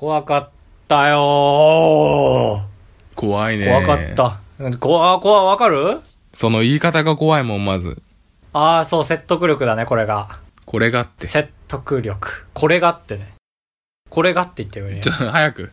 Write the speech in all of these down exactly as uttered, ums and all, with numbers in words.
怖かったよー。 怖いね。 怖かった。怖、怖、わかる？ その言い方が怖いもん、まず。 ああ、そう、説得力だね、これが。 これがって。 説得力。これがってね。これがって言ってるよね。 ちょっと早く。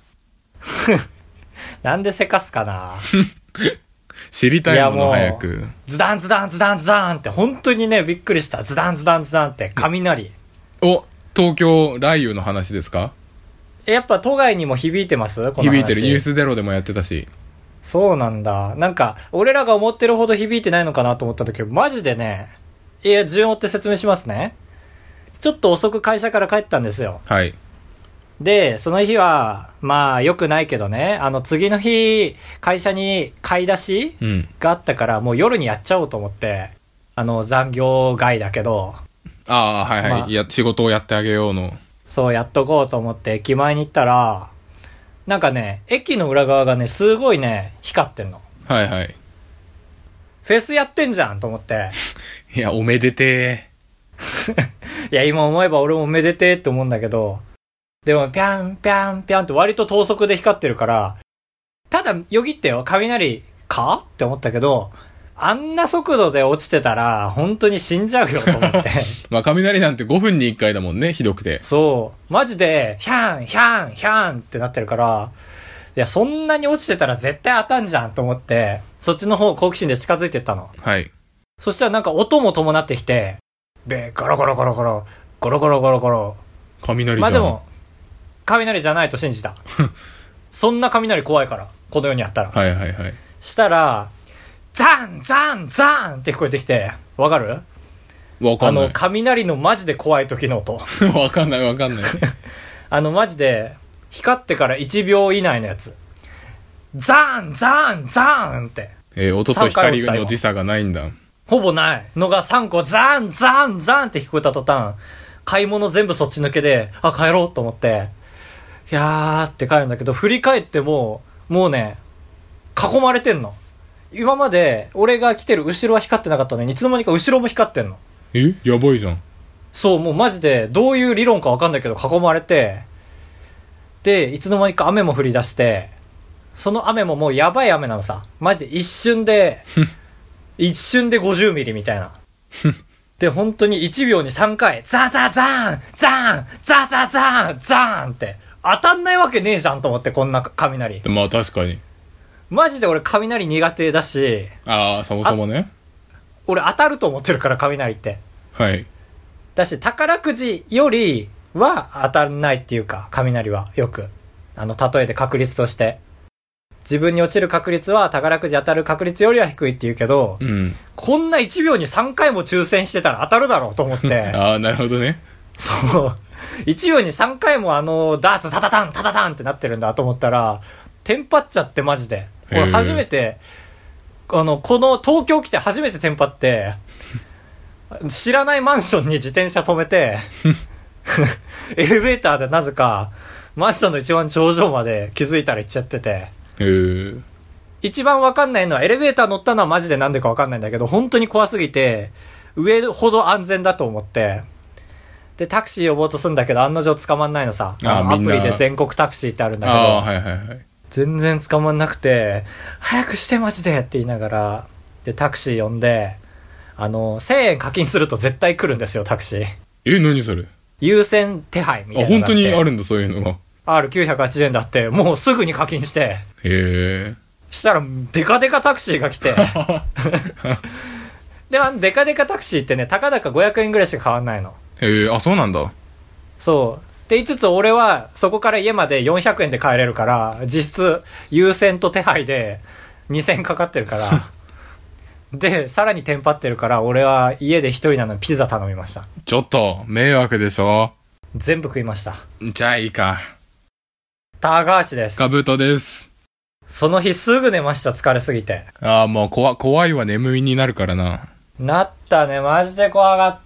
なんでせかすかな知りたいもの早く。 ズダンズダンズダンズダンって本当にね、びっくりした。ズダンズダンズダンって雷。 お、東京雷雨の話ですか？ え、やっぱ都外にも響いてます？この話。 響いてる。ニュースゼロでもやってたし。 そうなんだ。なんか、俺らが思ってるほど響いてないのかなと思った時、マジでね、いや、順を追って説明しますね。ちょっと遅く会社から帰ったんですよ。 はい。 で、その日は、まあ、良くないけどね、あの、次の日、会社に買い出し、うん、があったから、もう夜にやっちゃおうと思って、あの、残業外だけど。 ああ、はいはい、まあ、いや、仕事をやってあげようの。 そう、やっとこうと思って、駅前に行ったら、なんかね、駅の裏側がね、すごいね、光ってんの。 はいはい。 フェスやってんじゃんと思って。 いや、おめでてー。いや、今思えば俺もおめでてーって思うんだけど、でも、ぴゃんぴゃんぴゃんって割と等速で光ってるから、ただ、よぎってよ、雷かって思ったけど、あんな速度で落ちてたら、本当に死んじゃうよと思って。 まあ、雷なんてごふんにいっかいだもんね、ひどくて。 そう。マジで、ヒャン、ヒャン、ヒャンってなってるから、いや、そんなに落ちてたら絶対当たんじゃんと思って、そっちの方好奇心で近づいてったの。 はい。 そしたらなんか音も伴ってきて、で、ゴロゴロゴロゴロ、ゴロゴロゴロゴロ。 雷じゃん。 まあでも、雷じゃないと信じた。そんな雷怖いから、この世にあったら。 はいはいはい。 したら、ザンザンザンって聞こえてきて、わかる？ わかんない。 あの、雷のマジで怖い時の音。 わかんないわかんない。 あの、マジで、光ってからいちびょう以内のやつ。ザンザンザンって。 えー、音と光の時差がないんだ。 ほぼないのがさんこザンザンザンって聞こえた途端、買い物全部そっち抜けで、あ、帰ろうと思って、いやーって帰るんだけど、振り返っても、もうね、囲まれてんの。今まで、俺が来てる後ろは光ってなかったのに、いつの間にか後ろも光ってんの。 え？やばいじゃん。 そう、もうマジで、どういう理論かわかんないけど、囲まれて、で、いつの間にか雨も降り出して、その雨ももうやばい雨なのさ。マジで一瞬で、一瞬でごじゅうミリみたいな。で、本当にいちびょうにさんかい、ザーザーザーンザーンザーザーザーンザーンって、当たんないわけねえじゃんと思って、こんな雷。 まあ確かに。 マジで俺雷苦手だし。 ああ、そもそもね。 俺当たると思ってるから、雷って。 はい。 だし、宝くじよりは当たらないっていうか、雷はよく。あの、例えで確率として。自分に落ちる確率は宝くじ当たる確率よりは低いって言うけど、うん、こんないちびょうにさんかいも抽選してたら当たるだろうと思って。 ああ、なるほどね。 そう。いちびょうにさんかいもあの、ダーツタタタンタタタンってなってるんだと思ったら、テンパっちゃってマジで。俺初めて、あの、この東京来て初めてテンパって、知らないマンションに自転車止めて、エレベーターでなぜか、マンションの一番頂上まで気づいたら行っちゃってて、 へー。 一番わかんないのはエレベーター乗ったのはマジでなんでかわかんないんだけど、本当に怖すぎて、上ほど安全だと思って、で、タクシー呼ぼうとするんだけど、案の定捕まんないのさ。あのアプリで全国タクシーってあるんだけど、 あ、はいはいはい、 全然捕まんなくて、早くしてマジでって言いながら、で、タクシー呼んで、あの、せんえん課金すると絶対来るんですよ、タクシー。 え、何それ？ 優先手配みたいなのがあって。 あ、本当にあるんだ、そういうのが。 ある、きゅうひゃくはちじゅうえんだって、もうすぐに課金して。 へー。 したら、デカデカタクシーが来て。で、あの、デカデカタクシーってね、たかだかごひゃくえんぐらいしか変わんないの。 へー、あ、そうなんだ。 そう。で、言いつつ俺は、そこから家までよんひゃくえんで帰れるから、実質、優先と手配でにせんえんかかってるから。で、さらにテンパってるから、俺は家で一人なのにピザ頼みました。 ちょっと、迷惑でしょ？ 全部食いました。 じゃあいいか。 高橋です。 かぶとです。 その日すぐ寝ました、疲れすぎて。 ああ、もう怖、怖いわ、眠いになるからな。 なったね、マジで怖かった。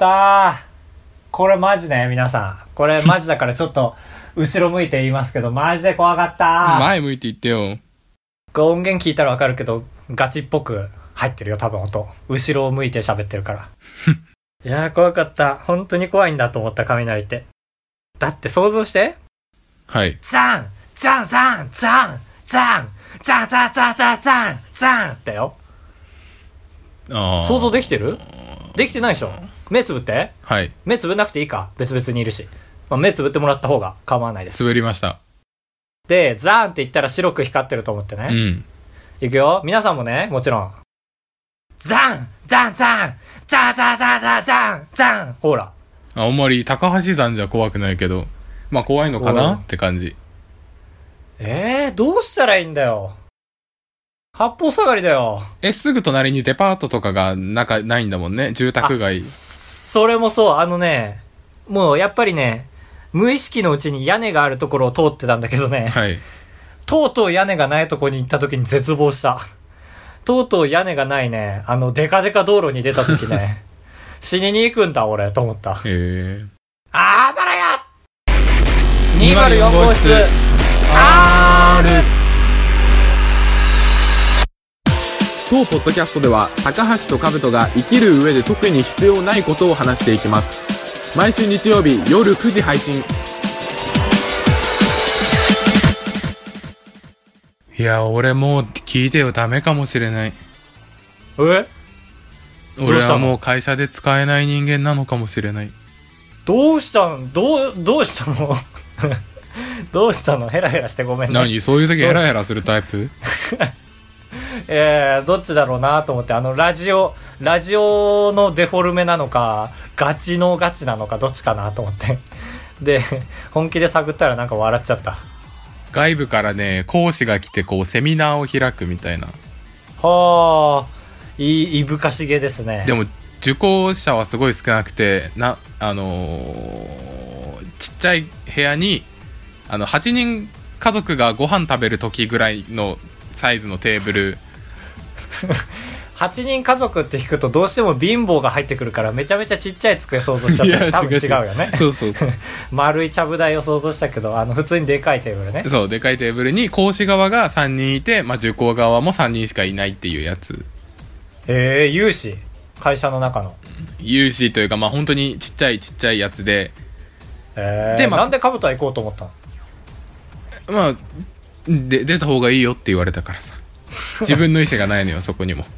これマジね、皆さん。これマジだからちょっと、後ろ向いて言いますけど、マジで怖かった。 前向いて言ってよ。 音源聞いたらわかるけど、ガチっぽく入ってるよ、多分音。後ろを向いて喋ってるから。いやー怖かった。本当に怖いんだと思った、雷って。だって想像して。 はい。 ザンザンザンザンザンザンザンザンザンザンザンだよ。 ああ。 想像できてる？できてないでしょ。目つぶって。 はい。 目つぶんなくていいか。別々にいるし。まあ、目つぶってもらった方が構わないです。 つぶりました。 で、ザーンって言ったら白く光ってると思ってね。 うん。 いくよ。皆さんもね、もちろん。ザンザンザンザンザンザンザンザンザンほら。 あんまり高橋山じゃ怖くないけど、まあ怖いのかなって感じ。 えー、どうしたらいいんだよ。八方下がりだよ。 え、すぐ隣にデパートとかがなかないんだもんね。住宅街。 それもそう。あのね、もうやっぱりね、無意識のうちに屋根があるところを通ってたんだけどね。 はい。 とうとう屋根がないところに行った時に絶望した。とうとう屋根がないね、あのデカデカ道路に出た時ね、死にに行くんだ俺と思った。へえ。 あばらやにまるよん号室 R。 当ポッドキャストでは高橋と兜が生きる上で特に必要ないことを話していきます。毎週日曜日夜くじ配信。 いや俺もう聞いてよ、ダメかもしれない。 え？ 俺はもう会社で使えない人間なのかもしれない。 どうしたの？どうどうしたの？どうしたの？ヘラヘラしてごめんね。 何そういう時ヘラヘラするタイプ？ えー、どっちだろうなと思って、あのラジオラジオのデフォルメなのかガチのガチなのかどっちかなと思ってで本気で探ったらなんか笑っちゃった。 外部からね講師が来てこうセミナーを開くみたいな。 はあ、いいいぶかしげですね。 でも受講者はすごい少なくてな、あのー、ちっちゃい部屋にあのはちにん家族がご飯食べる時ぐらいのサイズのテーブルはちにん家族って聞くとどうしても貧乏が入ってくるからめちゃめちゃちっちゃい机想像しちゃったら多分違うよね。 そうそうそう丸いちゃぶ台を想像したけど、あの普通にでかいテーブルね。 そうでかいテーブルに講師側がさんにんいて、まあ、受講側もさんにんしかいないっていうやつ。 へえ、有志会社の中の有志というかまあ本当にちっちゃいちっちゃいやつで、 えー、で、まあ、なんでカブトは行こうと思ったの？ まあで出た方がいいよって言われたからさ自分の意思がないのよそこにも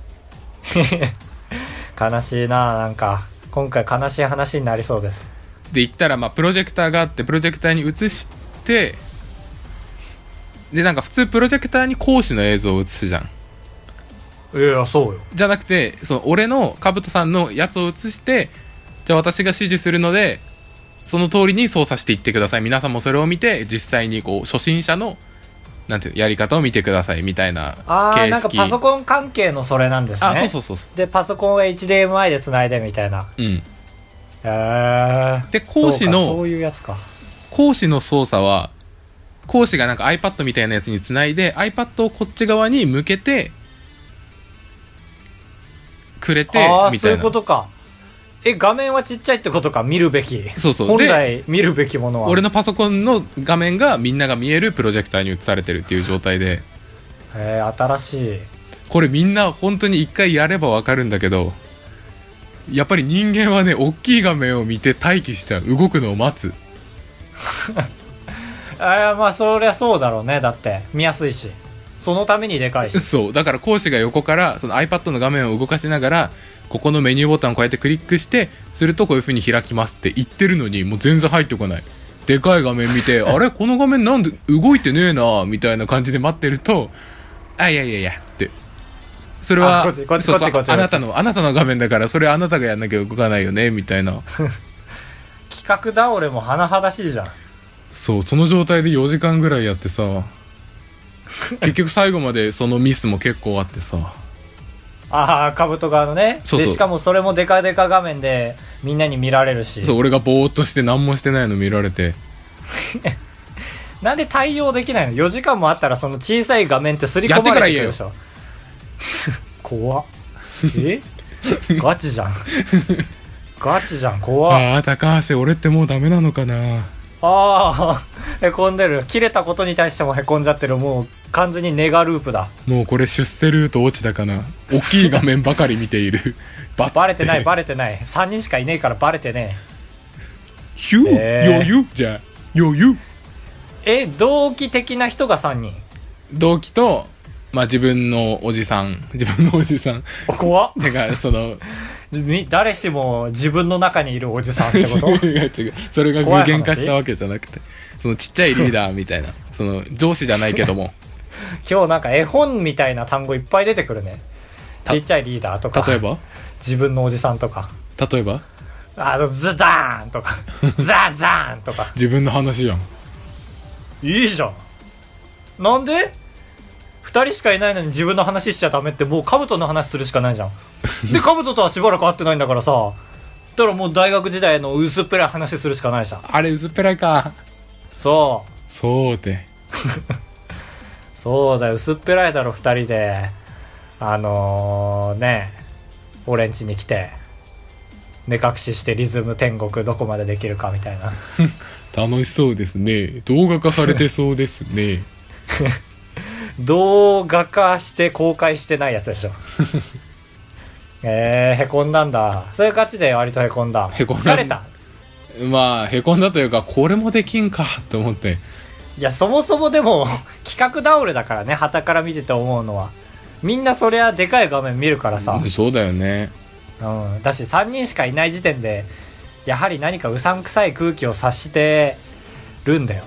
悲しいな。なんか今回悲しい話になりそうです。 で言ったらまあプロジェクターがあってプロジェクターに映してでなんか普通プロジェクターに講師の映像を映すじゃん。 いやそうよ。 じゃなくてその俺のカブトさんのやつを映してじゃあ私が指示するのでその通りに操作していってください、皆さんもそれを見て実際にこう初心者のなんていうやり方を見てくださいみたいな形式。 あー、なんかパソコン関係のそれなんですね。 あ、そうそうそうそう。 でパソコンを エイチディーエムアイ でつないでみたいな。 うん。へえー、 で講師のそういうやつか。 講師の操作は講師がなんか iPad みたいなやつにつないで iPad をこっち側に向けてくれてみたいな。 あー、そういうことか。え、画面はちっちゃいってことか。見るべき。 そうそう。 本来見るべきものは。 俺のパソコンの画面がみんなが見えるプロジェクターに映されてるっていう状態で。 へー、新しい。 これみんな本当に一回やればわかるんだけど、やっぱり人間はね大きい画面を見て待機しちゃう。動くのを待つ。 あ、まあそりゃそうだろうね。だって見やすいしそのためにでかいし。 そうだから講師が横からその iPad の画面を動かしながらここのメニューボタンをこうやってクリックしてするとこういう風に開きますって言ってるのにもう全然入ってこない。でかい画面見てあれこの画面なんで動いてねえなみたいな感じで待ってると、あいやいやいやってそれはあこっちこっちこっちこっちあなたのあなたの画面だからそれあなたがやんなきゃ動かないよねみたいな企画倒れも甚だしいじゃん。 そうその状態でよじかんぐらいやってさ結局最後までそのミスも結構あってさああ、カブト側のね。 そうそうでしかもそれもデカデカ画面でみんなに見られるし。 そう俺がぼーっとして何もしてないの見られてなんで対応できないの？ よ 時間もあったらその小さい画面って刷り込まれてくるでしょ。怖っ。えガチじゃんガチじゃん。怖っ。 ああ高橋俺ってもうダメなのかな。 ああ、へこんでる。切れたことに対してもへこんじゃってる。もう完全にネガループだ。 もうこれ出世ルート落ちたかな。大きい画面ばかり見ているバ, バレてないバレてない。さんにんしかいねえからバレてねえヒュー、 えー、 余裕じゃ余裕。 え同期的な人がさんにん。 同期と、まあ自分のおじさん、自分のおじさん。 怖っ。 てか、その、 誰しも自分の中にいるおじさんってこと？ 違う違う。それが具現化したわけじゃなくて、そのちっちゃいリーダーみたいな、その上司じゃないけども。 今日なんか絵本みたいな単語いっぱい出てくるね。ちっちゃいリーダーとか。 例えば？ 自分のおじさんとか。 例えば？ あの、ズダーンとか、ザーザーンとか。 自分の話やん。 いいじゃん。なんで二人しかいないのに自分の話しちゃダメって、もうカブトの話するしかないじゃん。で、カブトとはしばらく会ってないんだからさ、だからもう大学時代の薄っぺらい話するしかないじゃん。 あれ薄っぺらいか。 そう。 そうで。 そうだよ、薄っぺらいだろ、二人で。あのー、ね、俺ん家に来て、目隠ししてリズム天国どこまでできるかみたいな。 楽しそうですね。動画化されてそうですね。 動画化して公開してないやつでしょ。えー、へこんだんだ。そういう感じで割とへこんだ。 へこんだ。 疲れた。 まあへこんだというか、これもできんかと思って。 いや、そもそもでも企画倒れだからね、旗から見てて思うのは、みんなそりゃでかい画面見るからさ。 そうだよね。 うん、だしさんにんしかいない時点でやはり何かうさんくさい空気を察してるんだよ。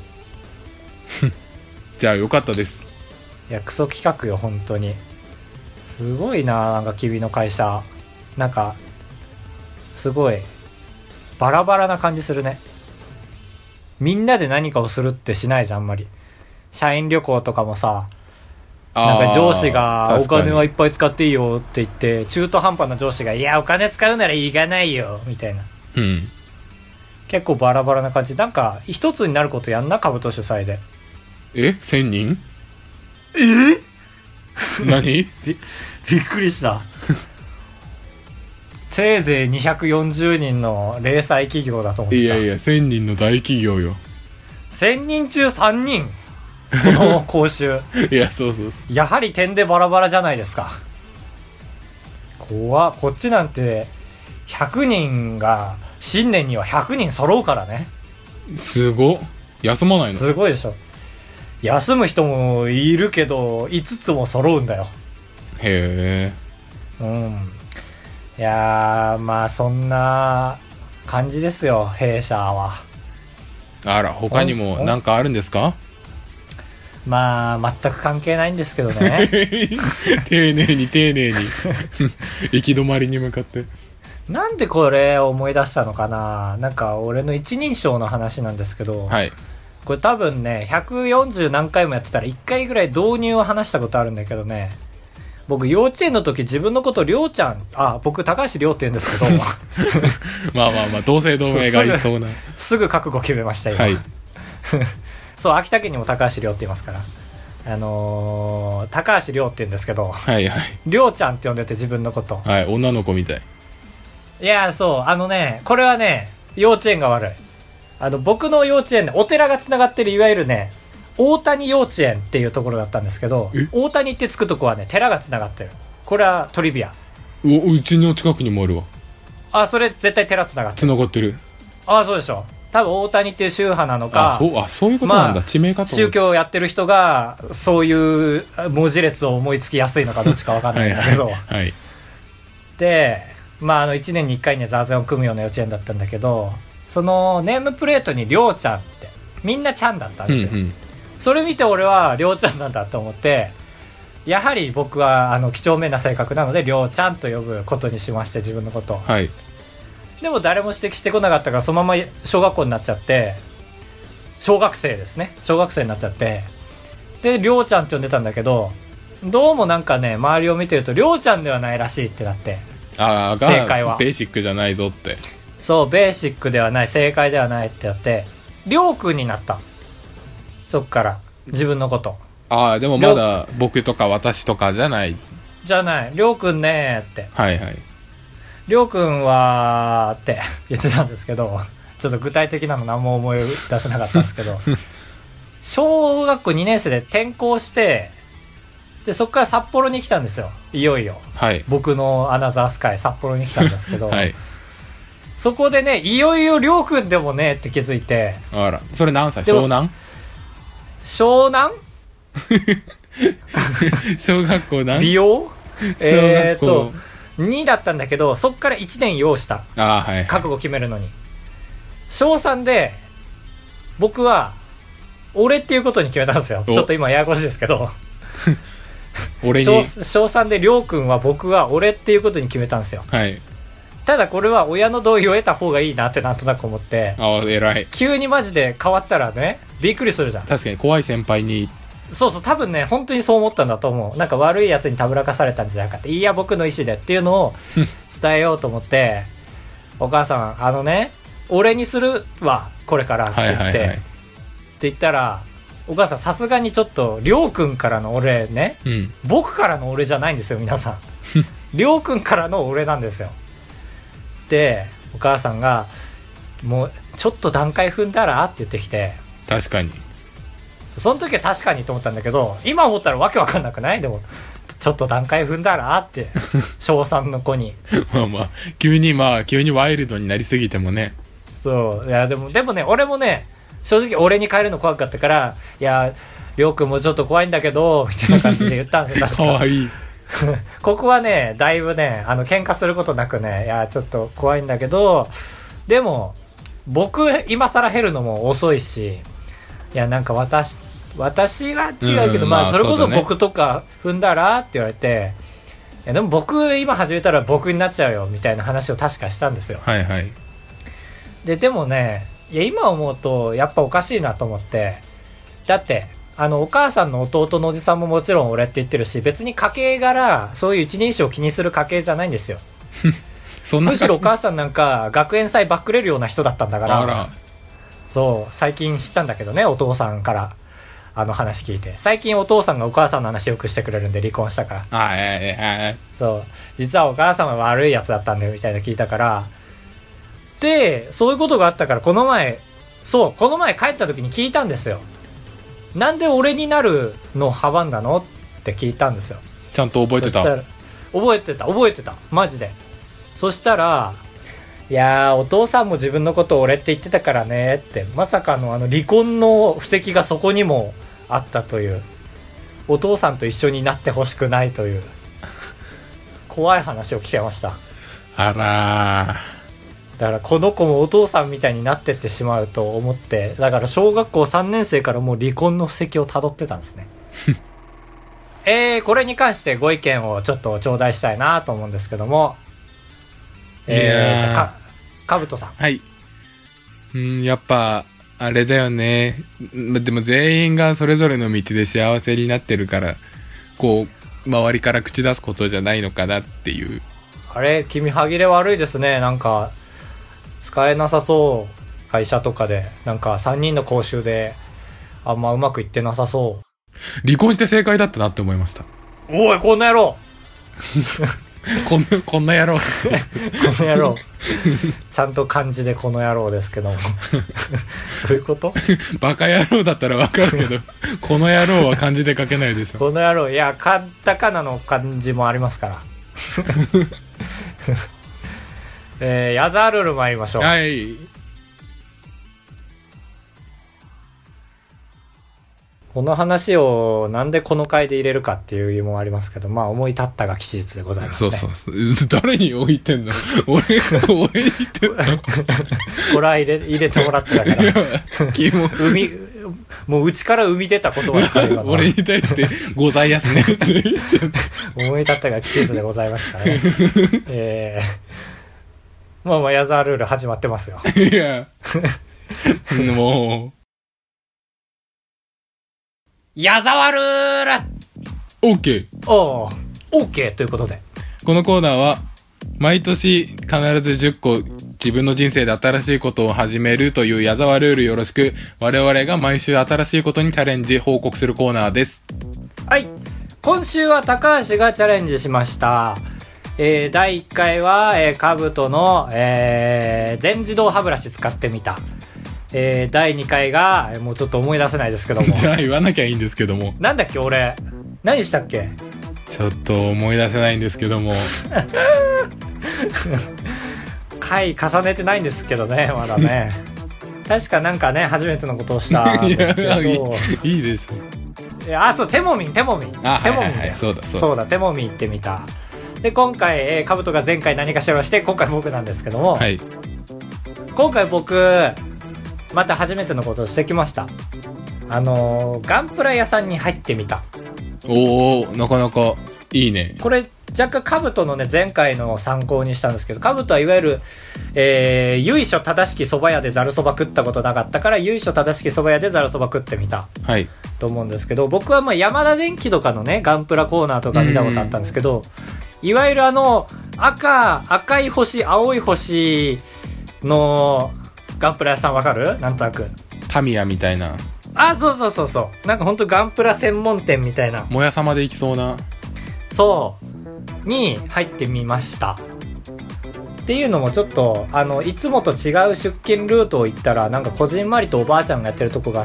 じゃあよかったです。 いや、クソ企画よ本当に。すごいな、なんか君の会社なんかすごいバラバラな感じするね。みんなで何かをするってしないじゃん、あんまり。社員旅行とかもさ、なんか上司がお金はいっぱい使っていいよって言って、中途半端な上司がいやお金使うならいかないよみたいな、 うん、 結構バラバラな感じ。なんか一つになることやんな、株と主催で。 えせんにん？ え何？ び, びっくりしたせいぜいにひゃくよんじゅうにんの零細企業だと思ってた。 いやいや、せんにんの大企業よ。 せんにん中さんにんこの講習。 いや、そうそうそう。 やはり点でバラバラじゃないですか。怖っ。こっちなんてひゃくにんが新年にはひゃくにん揃うからね。 すごっ。休まないの？ すごいでしょ。休む人もいるけどいつつも揃うんだよ。 へえ。うん。いやー、まあそんな感じですよ、弊社は。 あら、他にも何かあるんですか？ まあ全く関係ないんですけどね。 丁寧に丁寧に行き止まりに向かって。 なんでこれ思い出したのかな。なんか俺の一人称の話なんですけど、 はい、 これ多分ねひゃくよんじゅう何回もやってたらいっかいぐらい導入を話したことあるんだけどね、僕幼稚園の時自分のことりょうちゃん、あ、僕高橋りょうって言うんですけどまあまあまあ同姓同名がいそうな。 すぐ覚悟決めました今、はい、そう、秋田県にも高橋りょうって言いますから、あのー、高橋りょうって言うんですけど、 はいはい、 りょうちゃんって呼んでて自分のこと、 はい、女の子みたい。 いや、そう、あのね、これはね幼稚園が悪い。あの僕の幼稚園でお寺がつながってる、いわゆるね大谷幼稚園っていうところだったんですけど、大谷ってつくとこはね寺がつながってる。これはトリビア。 う, うちの近くにもあるわ。 あ、それ絶対寺つながってる。 つながってる。 あ、そうでしょ。多分大谷っていう宗派なのか、 あ、そう、あ、そういうことなんだ、まあ、地名かと。 宗教をやってる人がそういう文字列を思いつきやすいのかどっちか分かんないんだけどはい、はい、で、まあ、あのいちねんにいっかいね座禅を組むような幼稚園だったんだけど、そのネームプレートにりょうちゃんってみんなちゃんだったんですよ、うんうん、それ見て俺はりょうちゃんなんだと思って、やはり僕はあの几帳面な性格なのでりょうちゃんと呼ぶことにしまして、自分のことを、はい、でも誰も指摘してこなかったからそのまま小学校になっちゃって、小学生ですね、小学生になっちゃって、でりょうちゃんって呼んでたんだけど、どうもなんかね周りを見てるとりょうちゃんではないらしいってなって、 あー、 正解はベーシックじゃないぞって。 そう、ベーシックではない、正解ではないってやってりょうくんになった。そっから自分のこと。 ああ、でもまだ僕とか私とかじゃないじゃない、りょうくんねーって、 はいはい、 りょうくんはーって言ってたんですけど、ちょっと具体的なの何も思い出せなかったんですけど小学校にねん生で転校して、でそっから札幌に来たんですよ、いよいよ、はい、僕のアナザースカイ札幌に来たんですけど、はい、そこでねいよいよりょうくんでもねって気づいて。 あら、それ何歳？湘南？ 湘南小学校何美容小えー、っ学校とにだったんだけど、そっからいちねん要した。 あー、はい、 覚悟決めるのに。小さんで僕は俺っていうことに決めたんですよ。ちょっと今ややこしいですけど俺に小小さんでりょうくんは僕は俺っていうことに決めたんですよ。 はい。 ただこれは親の同意を得た方がいいなってなんとなく思って、 ああ偉い。 急にマジで変わったらねびっくりするじゃん。 確かに怖い先輩に。 そうそう、多分ね本当にそう思ったんだと思う。なんか悪いやつにたぶらかされたんじゃなくて、いや僕の意思でっていうのを伝えようと思ってお母さんあのね俺にするわこれからって言って、はいはいはい、って言ったらお母さんさすがにちょっとりょうくんからの俺ね、うん、僕からの俺じゃないんですよ皆さんりょうくんからの俺なんですよ。でお母さんがもうちょっと段階踏んだらって言ってきて、 確かにその時は確かにと思ったんだけど、今思ったらわけわかんなくない？でもちょっと段階踏んだらって小さんの子にまあまあ急にまあ急にワイルドになりすぎてもね。 そういやでもでもね俺もね正直俺に変えるの怖かったから、いやりょうくんもちょっと怖いんだけどみたいな感じで言ったんですよ確か。 かわいいここはねだいぶねあの喧嘩することなくね、いやちょっと怖いんだけどでも僕今更減るのも遅いし、いやなんか私私は違うけど、うん、まあそれこそ僕とか踏んだらって言われて、いやでも僕今始めたら僕になっちゃうよみたいな話を確かしたんですよ。 はいはい。 ででもねいや今思うとやっぱおかしいなと思って、だってあのお母さんの弟のおじさんももちろん俺って言ってるし、別に家系柄そういう一人称を気にする家系じゃないんですよそんなむしろお母さんなんか学園祭バックれるような人だったんだから。 あらそう最近知ったんだけどね、お父さんからあの話聞いて、最近お父さんがお母さんの話よくしてくれるんで離婚したから、 あええそう実はお母さんは悪いやつだったんだよみたいな聞いたから、でそういうことがあったからこの前そうこの前帰った時に聞いたんですよ。なんで俺になるのを阻んだのって聞いたんですよ。 ちゃんと覚えてた？ 覚えてた覚えてたマジで。そしたらいやーお父さんも自分のことを俺って言ってたからねって、まさかのあの離婚の布石がそこにもあったという、お父さんと一緒になってほしくないという怖い話を聞けました。 あらだからこの子もお父さんみたいになってってしまうと思って、だから小学校さんねん生からもう離婚の布石をたどってたんですねえー、これに関してご意見をちょっと頂戴したいなと思うんですけども、えー、じゃあかかぶとさん。 はい。うんやっぱあれだよね。でも全員がそれぞれの道で幸せになってるから、こう周りから口出すことじゃないのかなっていう。 あれ君歯切れ悪いですね。なんか使えなさそう、会社とかでなんかさんにんの講習であんまうまくいってなさそう。 離婚して正解だったなって思いました。 おいこんな野郎こんなこんな野郎この野郎ちゃんと漢字でこの野郎ですけどもどういうこと？ バカ野郎だったらわかるけどこの野郎は漢字で書けないでしょ。 この野郎いやカタカナの漢字もありますからえー、ヤザールール参りましょう。 はい。 この話をなんでこの回で入れるかっていう疑問はありますけど、まあ思い立ったが吉日でございますね。 そうそうそう。誰に置いてんの？俺、俺に言ってんの？ これは入れ、入れてもらってたから。生み、もううちから生み出た言葉だから俺に対してございやすね。 思い立ったが吉日でございますからね。えー、まあまあヤザールール始まってますよ。 いや。もう。 矢沢ルール OK おー OK ということで、 このコーナーは毎年必ずじゅっこ自分の人生で新しいことを始めるという矢沢ルールよろしく、我々が毎週新しいことにチャレンジ報告するコーナーです。 はい、今週は高橋がチャレンジしました。えー、だいいっかいは、えー、カブトの、えー、全自動歯ブラシ使ってみた。えー、だいにかいがもうちょっと思い出せないですけどもじゃあ言わなきゃいいんですけども、 なんだっけ俺何したっけ、 ちょっと思い出せないんですけども回重ねてないんですけどねまだね確かなんかね初めてのことをしたんですけどいやいいでしょ。 いやあそうテモミンテモミンあテモミンだよ、 はいはいはい、そうだそうだそうだテモミン行ってみた。で今回、えー、カブトが前回何かしらをして今回僕なんですけども、 はい、 今回僕また初めてのことをしてきました。あのー、ガンプラ屋さんに入ってみた。 おーなかなかいいね。 これ若干カブトのね前回の参考にしたんですけど、カブトはいわゆる、えー、由緒正しき蕎麦屋でざる蕎麦食ったことなかったから由緒正しき蕎麦屋でざる蕎麦食ってみた、 はい、 と思うんですけど、僕はまあ山田電機とかのねガンプラコーナーとか見たことあったんですけど、いわゆるあの赤赤い星青い星のガンプラ屋さんわかる？なんとなくタミヤみたいな。 あそうそうそうそうなんかほんとガンプラ専門店みたいなもやさまで行きそうなそうに入ってみました。っていうのもちょっとあのいつもと違う出勤ルートを行ったらなんかこじんまりとおばあちゃんがやってるとこがあって、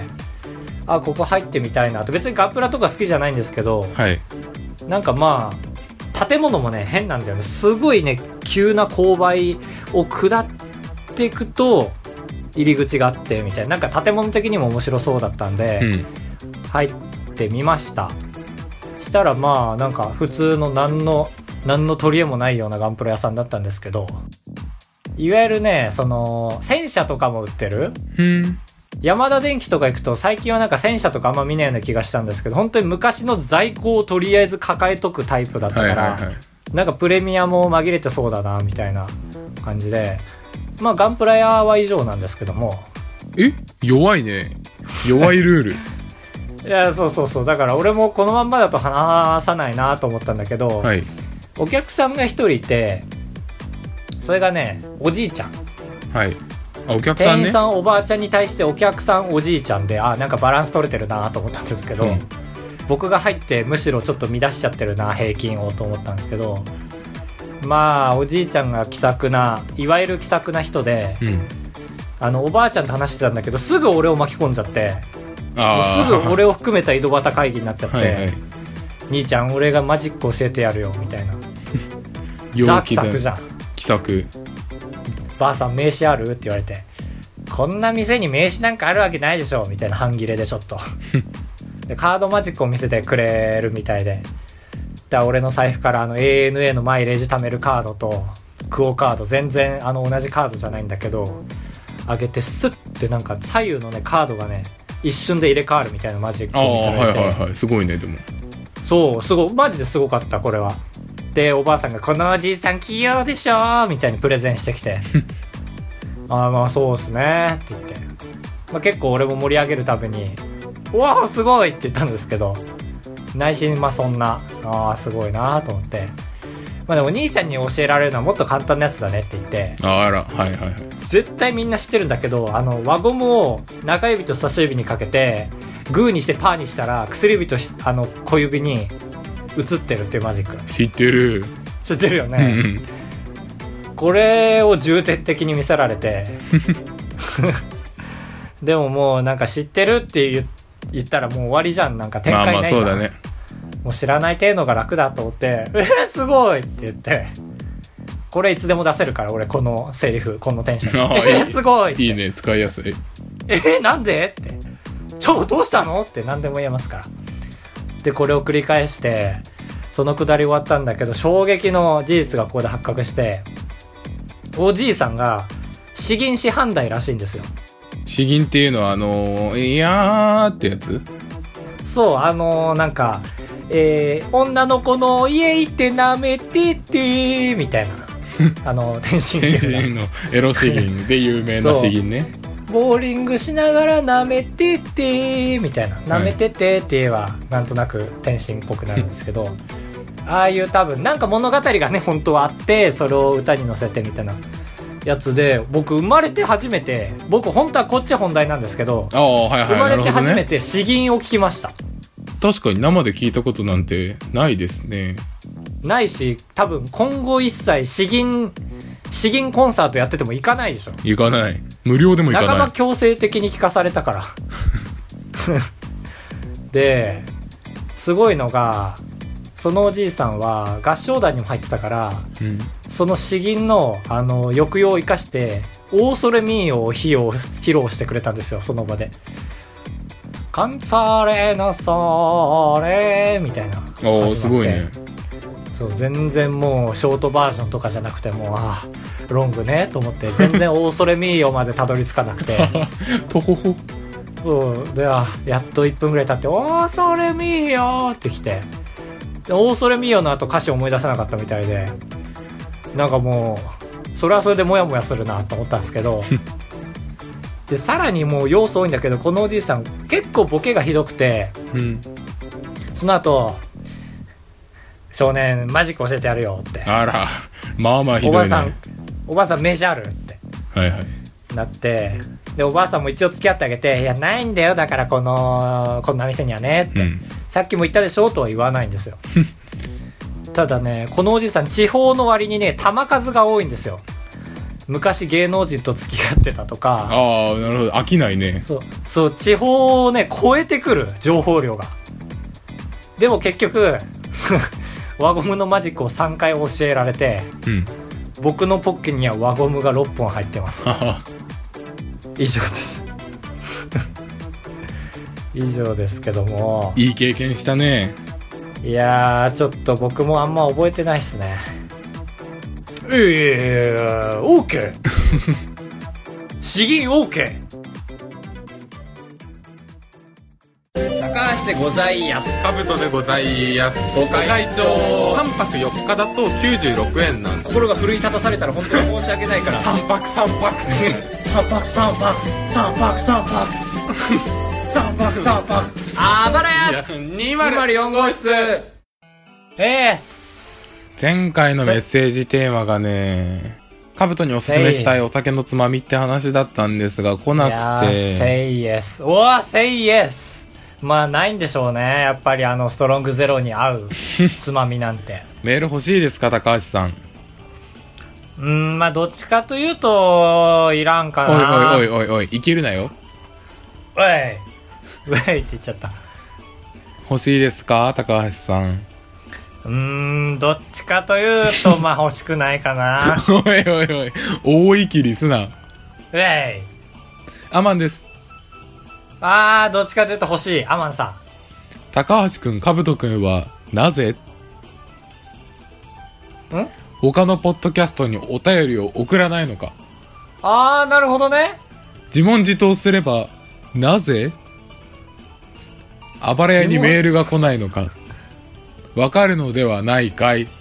あここ入ってみたいなと。別にガンプラとか好きじゃないんですけど、 はい、 なんかまあ建物もね変なんだよね。すごいね急な勾配を下っていくと入り口があってみたいな、なんか建物的にも面白そうだったんで、うん、入ってみました。したらまあなんか普通の何の何の取り柄もないようなガンプラ屋さんだったんですけど、いわゆるねその戦車とかも売ってる、うん、ヤマダ電機とか行くと最近はなんか戦車とかあんま見ないような気がしたんですけど、本当に昔の在庫をとりあえず抱えとくタイプだったから、はいはいはい、なんかプレミアも紛れてそうだなみたいな感じで、まあガンプラ屋は以上なんですけども。 え弱いね弱いルールいやそうそうそうだから俺もこのまんまだと話さないなと思ったんだけど、はい、お客さんが一人いて、それがねおじいちゃん、 はい、あお客さんね、 店員さんおばあちゃんに対してお客さんおじいちゃんで、あなんかバランス取れてるなと思ったんですけど、うん、僕が入ってむしろちょっと乱しちゃってるな平均をと思ったんですけど、まあおじいちゃんが気さくないわゆる気さくな人で、うん、あのおばあちゃんと話してたんだけどすぐ俺を巻き込んじゃって、もうすぐ俺を含めた井戸端会議になっちゃってはい、はい、兄ちゃん俺がマジック教えてやるよみたいなザ気さくじゃん。 気さく。 ばあさん名刺あるって言われて、こんな店に名刺なんかあるわけないでしょみたいな半切れでちょっとでカードマジックを見せてくれるみたいで、だ俺の財布からあの エーエヌエー のマイレージ貯めるカードとクオカード全然あの同じカードじゃないんだけど上げてスッてなんか左右のねカードがね一瞬で入れ替わるみたいなマジックを見せられて、 あ、はいはいはい、すごいね。でもそうすごいマジですごかったこれは。でおばあさんがこのおじいさん器用でしょみたいにプレゼンしてきてああまあそうっすねって言って、まあ、結構俺も盛り上げるためにうわーすごいって言ったんですけど、内心まあそんなああすごいなと思って、まあでも兄ちゃんに教えられるのはもっと簡単なやつだねって言って、 ああらはいはいはい、 絶対みんな知ってるんだけど、あの輪ゴムを中指と人差し指にかけてグーにしてパーにしたら薬指とあの小指に映ってるっていうマジック。 知ってる知ってるよね、うんうん、これを重点的に見せられてでももうなんか知ってるって言言ったらもう終わりじゃん、なんか展開ないじゃん、まあまあそうだね、もう知らない程度が楽だと思ってえー、すごいって言って、これいつでも出せるから俺このセリフこのテンションえー、すごいって、 いいね使いやすい。 えー、なんでってちょどうしたのって何でも言えますから。でこれを繰り返してそのくだり終わったんだけど、衝撃の事実がここで発覚して、おじいさんが詩吟師範代らしいんですよ。 詩吟っていうのはあのー、いやーってやつ。 そうあのー、なんか、えー、女の子の家行って舐めててみたいなあの天津天津のエロ詩吟で有名な詩吟ねボーリングしながら舐めててみたいな、舐めててって言えばなんとなく天津っぽくなるんですけどああいう多分なんか物語がね本当はあって、それを歌に乗せてみたいなやつで、僕生まれて初めて、僕本当はこっち本題なんですけど、 あ、はいはい、 生まれて初めて詩吟を聞きました、ね、 確かに生で聞いたことなんてないですね。 ないし、多分今後一切詩吟詩吟コンサートやってても行かないでしょ。 行かない、無料でも行かない、 半ば強制的に聞かされたからですごいのが、そのおじいさんは合唱団にも入ってたから、うん、その詩吟のあの抑揚を生かしてオーソレミーを披露、披露してくれたんですよ、その場で。カンツァレナサーレみたいな。 おー、すごいね。 そう、全然もうショートバージョンとかじゃなくて、もう、ああ、ロングね、と思って、全然オーソレミーをまでたどり着かなくて。 とほほ。 そう、で、あ、やっといっぷんぐらい経って、オーソレミーよって来て。で、オーソレミーよの後歌詞思い出せなかったみたいで、なんかもう、それはそれでモヤモヤするなと思ったんですけど、で、さらにもう要素多いんだけど、このおじいさん結構ボケがひどくて、 うん、 その後、少年マジック教えてやるよって。 あら、まあまあひどいね。 おばさん、おばさんメジャールって。 はいはい。 なって、で、おばあさんも一応付き合ってあげて、いや、ないんだよ、だからこの、こんな店にはねって、うん、さっきも言ったでしょとは言わないんですよ。ただね、このおじさん、地方の割にね、玉数が多いんですよ。昔芸能人と付き合ってたとか。 ああ、なるほど。飽きないね。 そう、そう、地方をね、超えてくる、情報量が。でも結局、輪ゴムのマジックをさんかい教えられて、うん、僕のポッケには輪ゴムがろっぽん入ってます。以上です以上ですけども、 いい経験したね。 いやー、ちょっと僕もあんま覚えてないっすね。えー、オーケー詩吟オーケー。高橋でございやす。 カブトでございやす。ご会長。さんぱくよっかだときゅうじゅうろくえんなんで。 心が奮い立たされたら本当に申し訳ないから。 さんぱくさんぱくさんぱくさんぱくさんぱくさんぱくさんぱくさんぱくあばらやにまるよん号室えーす。 前回のメッセージテーマがね、カブトにおすすめしたいお酒のつまみって話だったんですが来なくて。 いやー、セイエス。おわ、セイエス。まあないんでしょうね、やっぱりあのストロングゼロに合うつまみなんて。 メール欲しいですか、高橋さん。 うーん、まあどっちかというといらんかな。 おいおいおいおいおい、生きるなよ。 おいウェイって言っちゃった。 欲しいですか、高橋さん。 うーん、どっちかというとまあ欲しくないかな。 おいおいおい、大いきりすな。 ウェイ。 アマンです。 あー、どっちかというと欲しい、アマンさん。 高橋くん、カブトくんはなぜん他のポッドキャストにお便りを送らないのか。 あー、なるほどね。 自問自答すればなぜあばら屋にメールが来ないのかわかるのではないかい。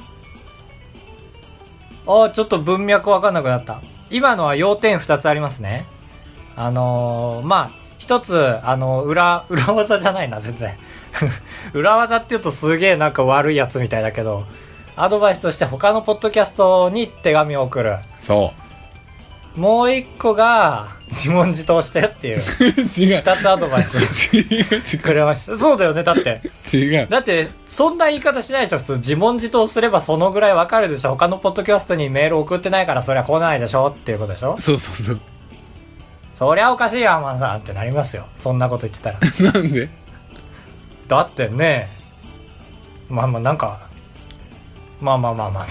あー、ちょっと文脈わかんなくなった。今のは要点ふたつありますね。あのー、まあ一つ、あのー、裏裏技じゃないな、全然裏技って言うとすげえなんか悪いやつみたいだけど、アドバイスとして他のポッドキャストに手紙を送る。 そうもう一個が自問自答してっていう違う二つアドバイスくれました。そうだよね、だって違う、 だってそんな言い方しないでしょ。普通自問自答すればそのぐらいわかるでしょ。他のポッドキャストにメール送ってないからそりゃ来ないでしょっていうことでしょ。 そうそうそう、 そりゃおかしいよアマンさんってなりますよ、そんなこと言ってたらなんでだってね、まあまあなんかまあまあまあまあまあ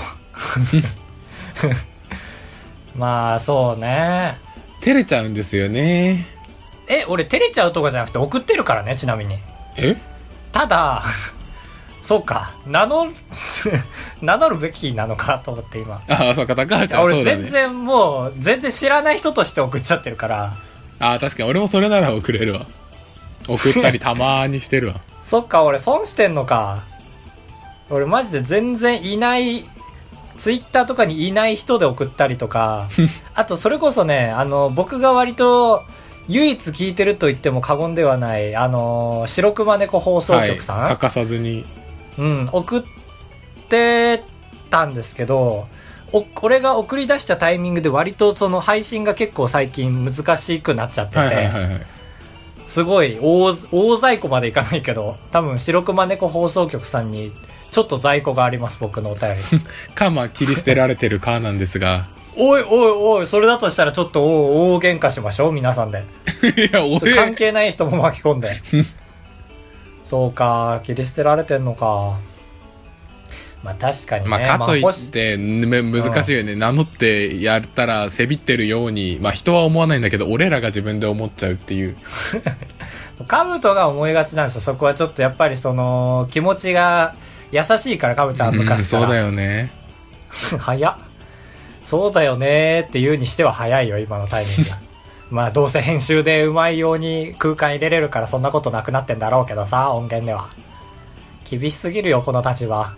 まあそうね、 照れちゃうんですよね。 え、俺照れちゃうとかじゃなくて送ってるからね、ちなみに。 え、 ただそうか、名乗る名乗るべきなのかと思って今。 ああ、そうか、高橋さん、 俺全然もう全然知らない人として送っちゃってるから。 ああ、確かに俺もそれなら送れるわ。送ったりたまーにしてるわそっか、俺損してんのか。俺マジで全然いない、ツイッターとかにいない人で送ったりとかあとそれこそね、あの僕が割と唯一聞いてると言っても過言ではないあの白熊猫放送局さん、 はい、欠かさずにうん送ってたんですけど、お俺が送り出したタイミングで割とその配信が結構最近難しくなっちゃってて、はいはいはいはい、すごい 大, 大在庫までいかないけど多分白熊猫放送局さんにちょっと在庫があります、僕のお便りかま切り捨てられてるかなんですがおいおいおい、それだとしたらちょっと大喧嘩しましょう皆さんでいや俺関係ない人も巻き込んでそうか、切り捨てられてんのか。 まあ確かにね。 まあ、かといまあって、む難しいよね。名乗ってやったら、せびってるように、まあ人は思わないんだけど、俺らが自分で思っちゃうっていう。 カブトが思いがちなんですよ。そこはちょっとやっぱりその、気持ちが優しいから、カブちゃんは昔から。 うん、そうだよね。 早っ。そうだよねーって言うにしては早いよ、今のタイミング。まあどうせ編集でうまいように空間入れれるからそんなことなくなってんだろうけどさ、音源では。厳しすぎるよ、この立場。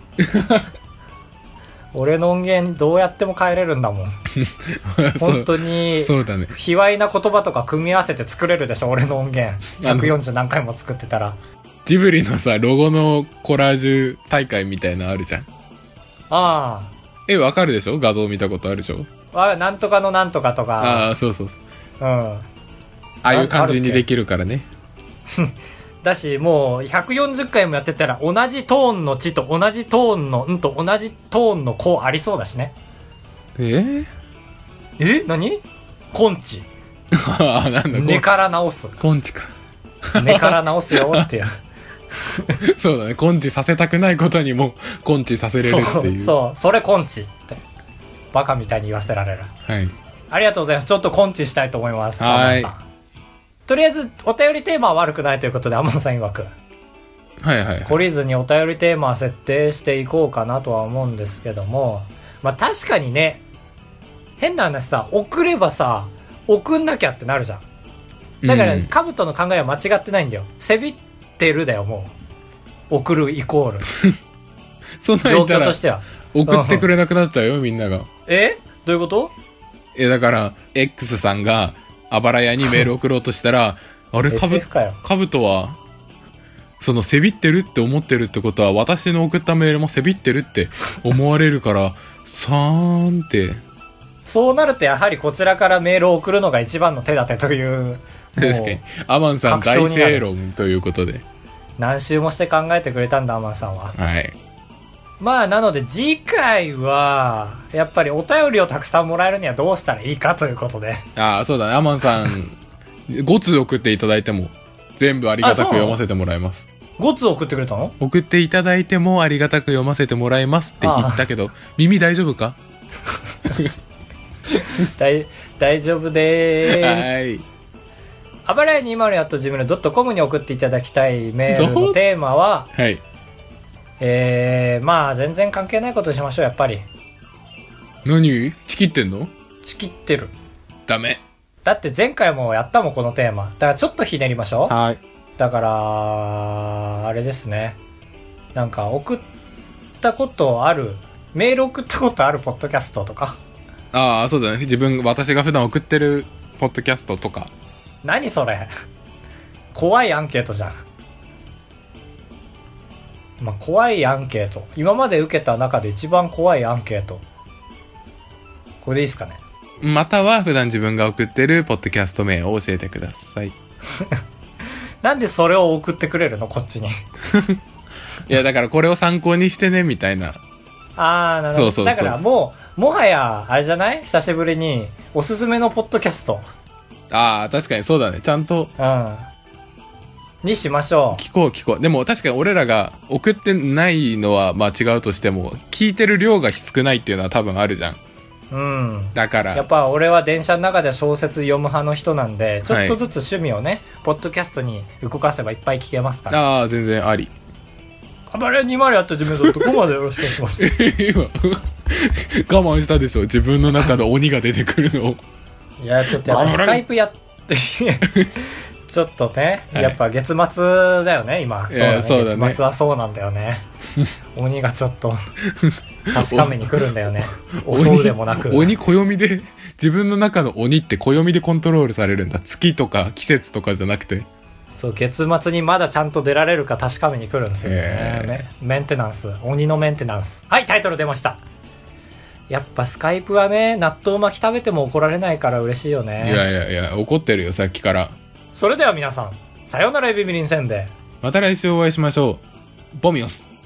俺の音源どうやっても変えれるんだもん。本当に、 そうだね。 卑猥な言葉とか組み合わせて作れるでしょ、俺の音源。ひゃくよんじゅう何回も作ってたら。 ジブリのさ、ロゴのコラージュ大会みたいなのあるじゃん。 あえ、わかるでしょ？画像見たことあるでしょ？ あ。なんとかのなんとかとか。 ああ、そうそうそう。 うん。 ああいう感じにできるからね。 だし、もうひゃくよんじゅっかいもやってたら同じトーンの地と同じトーンのんと同じトーンの子ありそうだしね。 えー、 え何根治。 ああ、なんだ、 根から直す。 根治か。 根から直すよっていう。 そうだね。根治させたくないことにも根治させれるっていう。 そう、そう。それ根治って。バカみたいに言わせられる。 はい。 ありがとうございます。ちょっと根治したいと思います。 はい。 アマンさん。とりあえず、お便りテーマは悪くないということで、アマンさん曰く。 はいはい、はい。 懲りずにお便りテーマは設定していこうかなとは思うんですけども、まあ確かにね、変な話さ、送ればさ、送んなきゃってなるじゃん。だから、 うん、 カブトの考えは間違ってないんだよ。せびってるだよ、もう。送るイコール。 そんな状況としては。 送ってくれなくなっちゃうよ、みんなが。 えどういうこと？ え、だから、X さんが、あばら屋にメール送ろうとしたら、あれ、かぶ、かぶとは、その、せびってるって思ってるってことは、私の送ったメールもせびってるって思われるから、さーんって。 そうなると、やはりこちらからメールを送るのが一番の手立てという。 確かに。アマンさん大正論ということで。 何周もして考えてくれたんだ、アマンさんは。 はい。 まあ、なので次回は、やっぱりお便りをたくさんもらえるにはどうしたらいいかということで。 ああ、そうだね。アマンさん、ご通送っていただいても、全部ありがたく読ませてもらいます。 ご通送ってくれたの？ 送っていただいてもありがたく読ませてもらいますって言ったけど、耳大丈夫か？ 大、大丈夫でーす。 はい。 あばらや にじゅう アットジーメールドットコム に送っていただきたいメールのテーマは、 はい。 えー、まあ全然関係ないことしましょう、やっぱり。 何？チキってんの？ チキってる。 ダメ。 だって前回もやったもん、このテーマ。だからちょっとひねりましょう。 はい。 だから、あれですね。なんか送ったことある、メール送ったことあるポッドキャストとか。 ああ、そうだね。自分、私が普段送ってるポッドキャストとか。 何それ？怖いアンケートじゃん。まあ、怖いアンケート。今まで受けた中で一番怖いアンケート。これでいいですかね。 または普段自分が送ってるポッドキャスト名を教えてください。 なんでそれを送ってくれるのこっちに。 いや、だからこれを参考にしてね、みたいな。 あー、なるほど。 そうそうそうそう。 だからもう、もはや、あれじゃない？久しぶりに、おすすめのポッドキャスト。 ああ、確かにそうだね。ちゃんと。 うん。にしましょう。 聞こう聞こう。でも確かに俺らが送ってないのはまあ違うとしても、聞いてる量が少ないっていうのは多分あるじゃん。 うん。 だから。 やっぱ俺は電車の中で小説読む派の人なんで、ちょっとずつ趣味をね、はい、ポッドキャストに動かせばいっぱい聞けますから。 ああ、全然あり。 あばれにじゅうアットジメドットコムまでよろしくお願いします。 今、我慢したでしょ。自分の中の鬼が出てくるのを。 いや、ちょっとやっぱスカイプやって、ちょっとね、はい、やっぱ月末だよね、今。そうだね。そうだね、月末はそうなんだよね。鬼がちょっと、確かめに来るんだよね。襲うでもなく。 鬼、鬼暦で、自分の中の鬼って暦でコントロールされるんだ。月とか季節とかじゃなくて。 そう、月末にまだちゃんと出られるか確かめに来るんですよね。ね、メンテナンス。鬼のメンテナンス。はい、タイトル出ました。やっぱスカイプはね、納豆巻き食べても怒られないから嬉しいよね。 いやいやいや、怒ってるよ、さっきから。 それでは皆さん、さようならエビビリンせんべい。 また来週お会いしましょう。ボミオス。